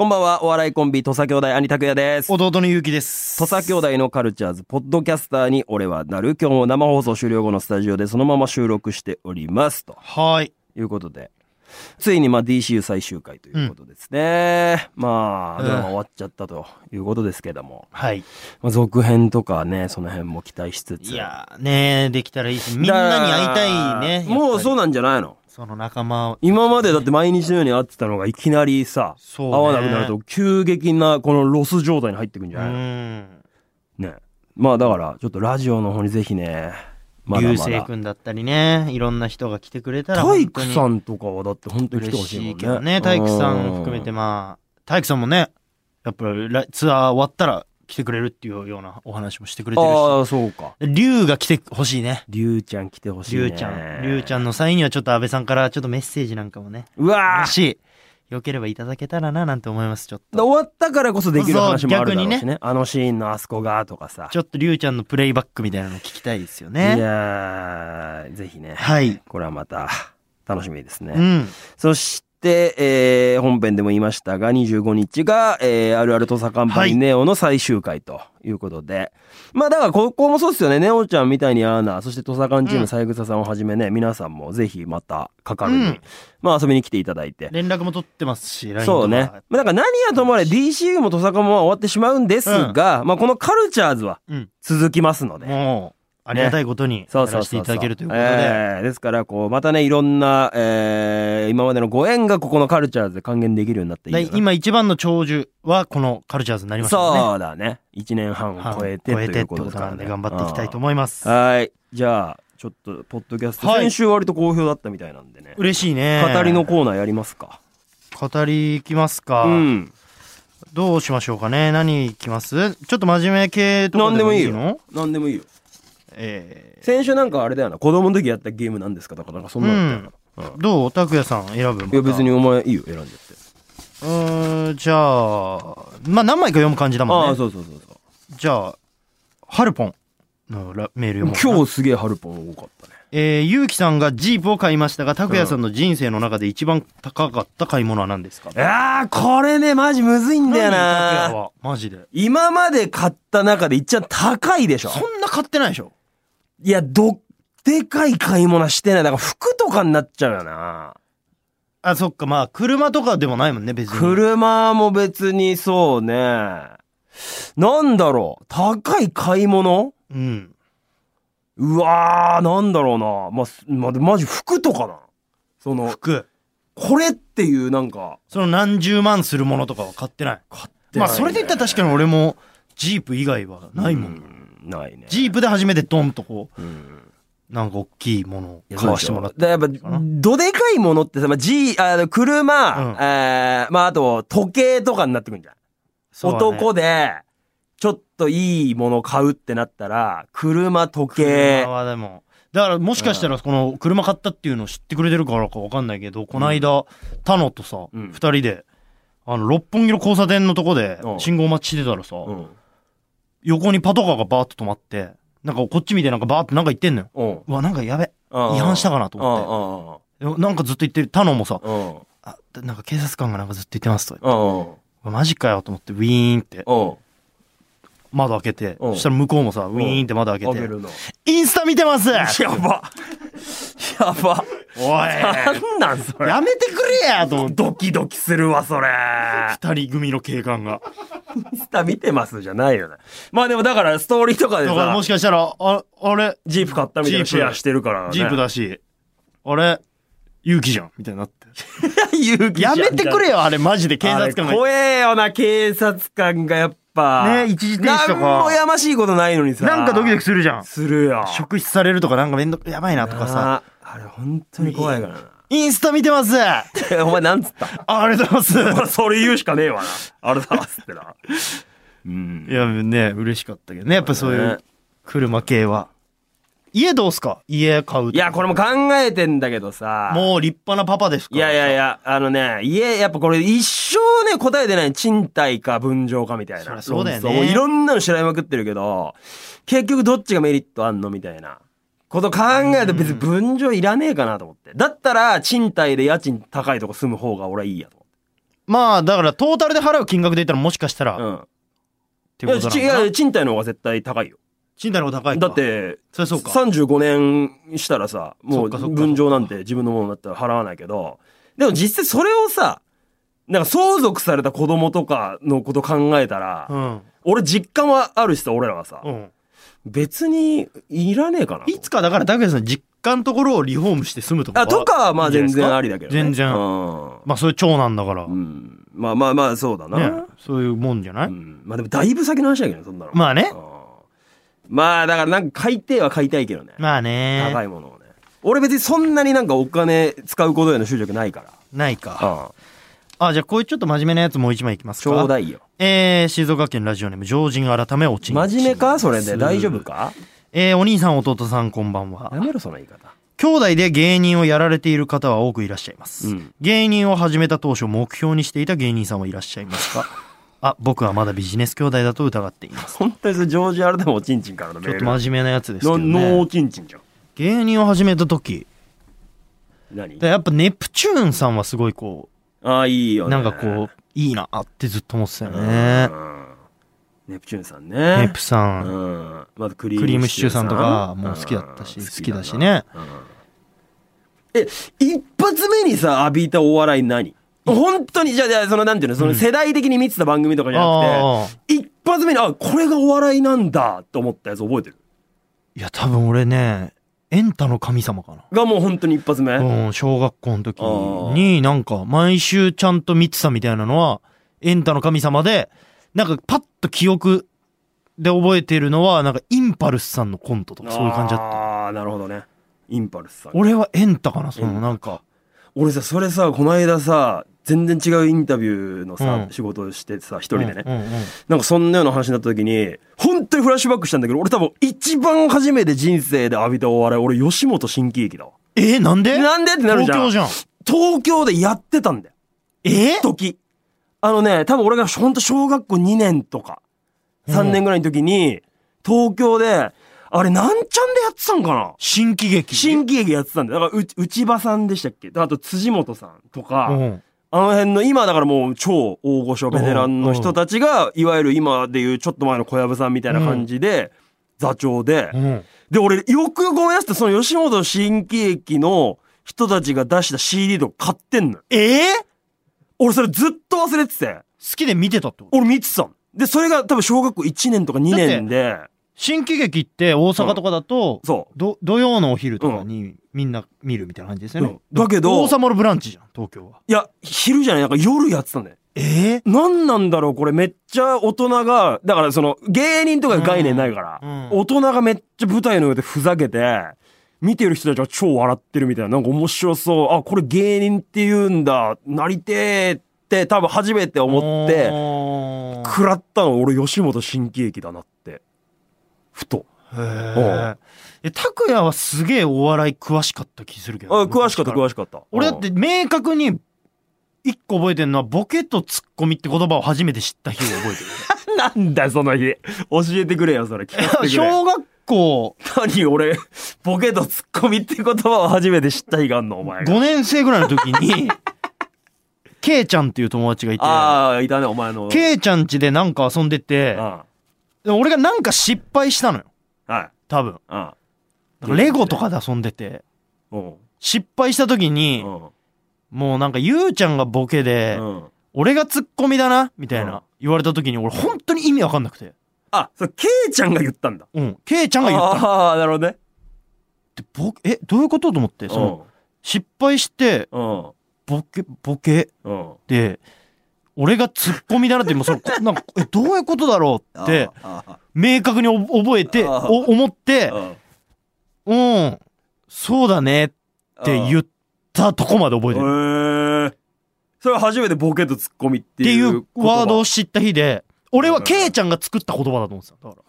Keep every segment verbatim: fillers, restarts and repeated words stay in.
こんばんは、お笑いコンビ土佐兄弟兄拓也です。 弟のゆうきです。 土佐兄弟のカルチャーズポッドキャスターに俺はなる。今日も生放送終了後のスタジオでそのまま収録しておりますと。 はい。 いうことで、ついにまあ ディーシーユー 最終回ということですね。うん、まあドラマ終わっちゃったということですけども、 はい。 まあ、続編とかね、その辺も期待しつつ。 いやーねーできたらいいし、みんなに会いたいね。 もうそうなんじゃないの？ その仲間、 今までだって毎日のように会ってたのがいきなりさ、 そうね、 会わなくなると急激なこのロス状態に入ってくんじゃないの？ うんね。まあだからちょっとラジオの方にぜひね、まだまだ流星くんだったりね、いろんな人が来てくれたら体育さんとかはだって本当に来てほしいもんね。 嬉しいけどね、体育さん含めて、まあ体育さんもね、やっぱりツアー終わったら来てくれるっていうようなお話もしてくれてるし。 ああ、そうか。 龍が来てほしいね。 龍ちゃん来てほしいね。 龍ちゃん。龍ちゃんの際にはちょっと安倍さんからちょっとメッセージなんかもね。 うわー。 もし、よければいただけたらななんて思います、ちょっと。 終わったからこそできる話もあるだろうしね。 逆にね。 あのシーンのあそこがとかさ。 ちょっと龍ちゃんのプレイバックみたいなの聞きたいですよね。 いやー、ぜひね。 はい。 これはまた楽しみですね。 うん。 そして、で、えー、本編でも言いましたが、にじゅうごにちが、えー、あるある土佐カンパニーネオの最終回ということで。はい、まあだからここもそうですよね。ネオちゃんみたいにアーナ、そして土佐カンチーム三枝さんをはじめね、皆さんもぜひまたかかるに、うん、まあ遊びに来ていただいて。 連絡も取ってますし、ラインそうね。まあだから何やともあれ ディーシーユー も土佐カンも終わってしまうんですが、うん、まあこのカルチャーズは続きますので。 もうありがたいことにやらせていただけるということで、 えー、ですからこうまたねいろんな、えー、今までのご縁がここのカルチャーズで還元できるようになっていいな。 今一番の長寿はこのカルチャーズになりましたね。 そうだね。いちねんはんを超えてということですからね。 頑張っていきたいと思います。 はい。じゃあちょっとポッドキャスト、はい、先週割と好評だったみたいなんでね。 嬉しいね。 語りのコーナーやりますか。 語りいきますか。うん。どうしましょうかね。何いきます？ちょっと真面目系とかでもいいの？ 何でもいいよ。何でもいいよ。 えー、 先週なんかあれだよな、子供の時やったゲームなんですかとかなんかそんなのだったよな、 うんうん、どう拓也さん選ぶ？ いや別にお前いいよ選んじゃって。 うーん、じゃあまあ何枚か読む感じだもんね。 ああそうそうそうそう。 じゃあハルポンのメール読もう。 今日すげえハルポン多かったね。 えー、ゆうきさんがジープを買いましたが、拓也さんの人生の中で一番高かった買い物は何ですか？ いやーこれねマジむずいんだよな。 拓也はマジで今まで買った中で一番高いでしょ。 そんな買ってないでしょ。 いや、ど、でかい買い物してない。だから服とかになっちゃうよな。 あ、そっか、まあ、車とかでもないもんね、別に。 車も別にそうね。なんだろう。高い買い物？ うん。 うわー、なんだろうな。まあ、ま、マジ服とかな。その、 服。 これっていうなんか。 その何十万するものとかは買ってない。 買ってない、ね。 まあ、それで言ったら確かに俺も、ジープ以外はないもん。うんないね。 ジープで初めてドンとこう、 うん、 なんか大きいものを買わしてもらって。 だやっぱ、どでかいものってさ、まあ、G、あ車、うん、えー、まあ、あと、時計とかになってくるんじゃん。ね、男で、ちょっといいもの買うってなったら、車、時計。 車はでも。だからもしかしたらこの車買ったっていうのを知ってくれてるからかわかんないけど、この間、タノとさ、二、うん、人で、あの、六本木の交差点のとこで、信号待ちしてたらさ、うん横にパトカーがバーッと止まって、なんかこっち見てなんかバーッとなんか言ってんのよ。うん、うわ、なんかやべ。違反したかなと思って。なんかずっと言ってる。タノもさ、あ、なんか警察官がなんかずっと言ってますと言って。マジかよと思って、ウィーンって。窓開けて、そしたら向こうもさ、ウィーンって窓開けて。インスタ見てます。 やば。やば。 おい。 なんなんそれ。 やめてくれやと思って。 ドキドキするわ、それ。 二人組の警官が。 インスタ見てますじゃないよね。まあでもだからストーリーとかでさ。 だからもしかしたら、あ、あれジープ買ったみたいなシェアしてるからね。 ジープだし、あれ勇気じゃんみたいになって。 勇気じゃん。 やめてくれよ、あれマジで警察官が。 怖えよな、警察官がやっぱ。 ね一時停止とか。 なんもやましいことないのにさ。 なんかドキドキするじゃん。 するよ。 職質されるとかなんかめんどく、やばいなとかさ。 あれ本当に怖いからな。 インスタ見てますお前なんつったありがとうございます。 それ言うしかねえわな。ありがとうございますってな。 うん。いやね、嬉しかったけどね。やっぱそういう車系は。家どうすか？家買う。 いや、これも考えてんだけどさ。 もう立派なパパですか？ いやいやいや、あのね、家、やっぱこれ一生ね、答えてない。賃貸か分譲かみたいな。 そりゃそうだよね。 もういろんなの調べまくってるけど、結局どっちがメリットあんのみたいなこと考えると別に分譲いらねえかなと思って。だったら、賃貸で家賃高いとこ住む方が俺はいいやと思って。 まあだからトータルで払う金額で言ったらもしかしたら、うん、っていうことなのかな。 いや、賃貸の方が絶対高いよ。 賃貸の方が高いか。 だってそりゃそうか、 さんじゅうごねんしたらさ、もう分譲なんて自分のものだったら払わないけど、でも実際それをさ、なんか相続された子供とかのこと考えたら、うん、俺実感はあるしさ、俺らはさ、うん、別にいらねえかな。 いつかだから拓也さん実家のところをリフォームして住むとか。 あ、とかはまあ全然ありだけどね。 全然。うん、まあそういう長男だから。 うん、まあまあまあそうだな、 ね。そういうもんじゃない、うん、 まあでもだいぶ先の話だけどね、そんなの。 まあね。 まあだからなんか買いては買いたいけどね。 まあね。 高いものをね。俺別にそんなになんかお金使うことへの執着ないから。 ないか。ああ、じゃあこういうちょっと真面目なやつもう一枚いきますか。 ちょうだいよ。 えー、静岡県ラジオネーム常人改めおちんちん。 真面目かそれで大丈夫か。 えー、お兄さん弟さんこんばんは。 やめろその言い方。 兄弟で芸人をやられている方は多くいらっしゃいます、うん、芸人を始めた当初目標にしていた芸人さんはいらっしゃいますか。あ、僕はまだビジネス兄弟だと疑っています。 本当にそれジョージ・アルでもおちんちんからのメール。 ちょっと真面目なやつですけどね。 ノーおちんちんじゃん。 芸人を始めた時何やっぱネプチューンさんはすごいこう、ああいいよね、 なんかこういいなってずっと思ってたよね。 ネプチューンさんね。 ネプさん、 うん、まずクリームシチューさんとかもう好きだったし、好きだしね。 え、一発目にさ浴びたお笑い何？本当にじゃあ、じゃあそのなんていうの、その世代的に見てた番組とかじゃなくて、うん、一発目にあこれがお笑いなんだと思ったやつ覚えてる？ いや多分俺ね、エンタの神様かながもう本当に一発目。 うん、小学校の時になんか毎週ちゃんと見てたみたいなのはエンタの神様で、なんかパッと記憶で覚えてるのはなんかインパルスさんのコントとかそういう感じだった。 ああなるほどね。インパルスさん。 俺はエンタかな、そのなんか。 俺さ、それさ、この間さ、全然違うインタビューのさ、うん、仕事をしてさ、一人でね、うんうんうん。なんかそんなような話になった時に、本当にフラッシュバックしたんだけど、俺多分一番初めて人生で浴びたお笑い、俺吉本新喜劇だわ。 えー、なんでなんでってなるじゃん。 東京じゃん。 東京でやってたんだよ。 えー、 時。あのね、多分俺がほんと小学校にねんとか、さんねんぐらいの時に、東京で、あれ、なんちゃんでやってたんかな？ 新喜劇新喜劇やってたんだよ。だから、う、内場さんでしたっけ？あと、辻元さんとか、うん、あの辺の、今だからもう超大御所ベテランの人たちが、うん、いわゆる今でいうちょっと前の小籔さんみたいな感じで、うん、座長で、うん、で、俺、よくごめんなさい、その吉本新喜劇の人たちが出した シーディー とか買ってんのよ。 ええー、 俺それずっと忘れてて。好きで見てたってこと？ 俺見てたの。で、それが多分小学校いちねんとかにねんで、 新喜劇って大阪とかだと、 うん、そうど土曜のお昼とかにみんな見るみたいな感じですよね、 うん、だけど王様のブランチじゃん東京は。 いや昼じゃない、なんか夜やってたんだよ。 えー、 なんなんだろうこれ。めっちゃ大人が、だからその芸人とか概念ないから、うんうん、大人がめっちゃ舞台の上でふざけて見てる人たちが超笑ってるみたいな、なんか面白そう、あこれ芸人って言うんだ、なりてーって多分初めて思って食らったの俺吉本新喜劇だなってふと。 へえ。拓也はすげえお笑い詳しかった気するけど。 あ、詳しかった詳しかった。 俺だって明確に一個覚えてるのはボケとツッコミって言葉を初めて知った日を覚えてる。 なんだよその日。教えてくれよそれ。聞かせてくれ。 小学校。 何俺ボケとツッコミって言葉を初めて知った日があんのお前が。 ごねん生ぐらいの時にケイちゃんっていう友達がいて。 ああいたねお前の。 ケイちゃん家でなんか遊んでて。ああ俺がなんか失敗したのよ。 はい。 多分。 ああレゴとかで遊んでて、うん、失敗した時に、うん、もうなんかゆうちゃんがボケで、うん、俺がツッコミだなみたいな、うん、言われた時に俺本当に意味わかんなくて。 あ、それケイちゃんが言ったんだ。 うん。ケイちゃんが言ったの。 ああ、なるほどね。 で、ボケ、え、どういうことと思って、その、失敗して、ボケ、ボケ、で、俺がツッコミだなって、もうその、なんか、え、どういうことだろうって、明確に覚えて、お思って、うん、そうだねって言ったとこまで覚えてる。へー。それは初めてボケとツッコミっていう。 っていうワードを知った日で、俺はケイちゃんが作った言葉だと思ってた。だから。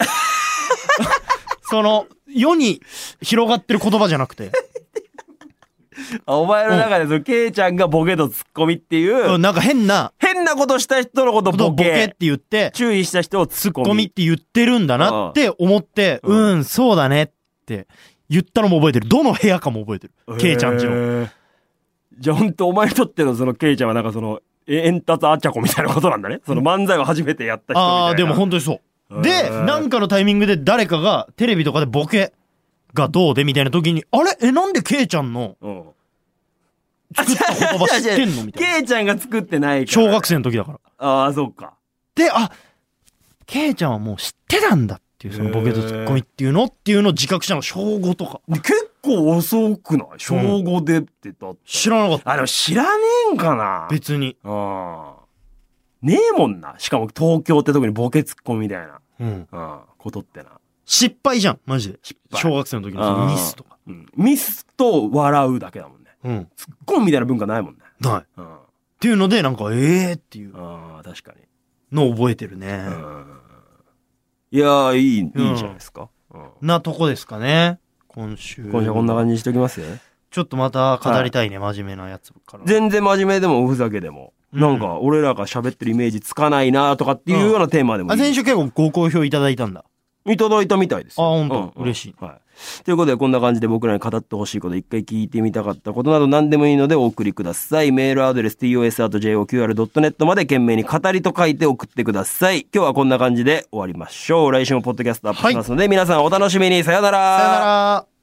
その、世に広がってる言葉じゃなくて。 お前の中でそのケイちゃんがボケとツッコミっていう、 うん、なんか変な変なことした人のことボケ、 ボケって言って注意した人をツッコミ、 ツッコミって言ってるんだなって思って、うん、うん、そうだねって言ったのも覚えてる。どの部屋かも覚えてる。ケイちゃんちの。 じゃあほんとお前にとってのそのケイちゃんはなんかそのエンタツアチャコみたいなことなんだね。その漫才を初めてやった人みたいな。 ああ、でも本当にそう。で、なんかのタイミングで誰かがテレビとかでボケがどうでみたいな時に、あれえ、なんでケイちゃんの作った言葉知ってんのみたいな。 ケイちゃんが作ってないから。 小学生の時だから。 ああ、そうか。 で、あ、ケイちゃんはもう知ってたんだっていう、そのボケとツッコミっていうのっていうのを自覚したの小ごとか。 結構遅くない小ごでってだった。 知らなかった。 あ、でも知らねえんかな別に。 ああ。ねえもんな。しかも東京って特にボケツッコミみたいな。 うん。 うん。ことってな。 失敗じゃん、マジで。失敗。小学生の時のそのミスとか。 うん。ミスと笑うだけだもんね。 うん。 ツッコミみたいな文化ないもんね。 ない。 うん。 っていうので、なんか、ええーっていう。 ああ、確かに。 のを覚えてるね。 うん。いやー、いい、いいんじゃないですか。 うん。なとこですかね。今週。 今週はこんな感じにしておきますよ。 ちょっとまた語りたいね、はい、真面目なやつから。 全然真面目でもおふざけでも。うん、なんか、俺らが喋ってるイメージつかないなとかっていうようなテーマでもいい、うん。 あ、先週結構ご好評いただいたんだ。 いただいたみたいですよ。 あ、ほんと、うんうん、嬉しい。 はい。ということで、こんな感じで僕らに語ってほしいこと、一回聞いてみたかったことなど何でもいいのでお送りください。メールアドレス ティーオーエス アット ジェイオーキューアール ドット ネット まで懸命に語りと書いて送ってください。今日はこんな感じで終わりましょう。来週もポッドキャストアップしますので、はい、皆さんお楽しみに。さよなら。 さよなら。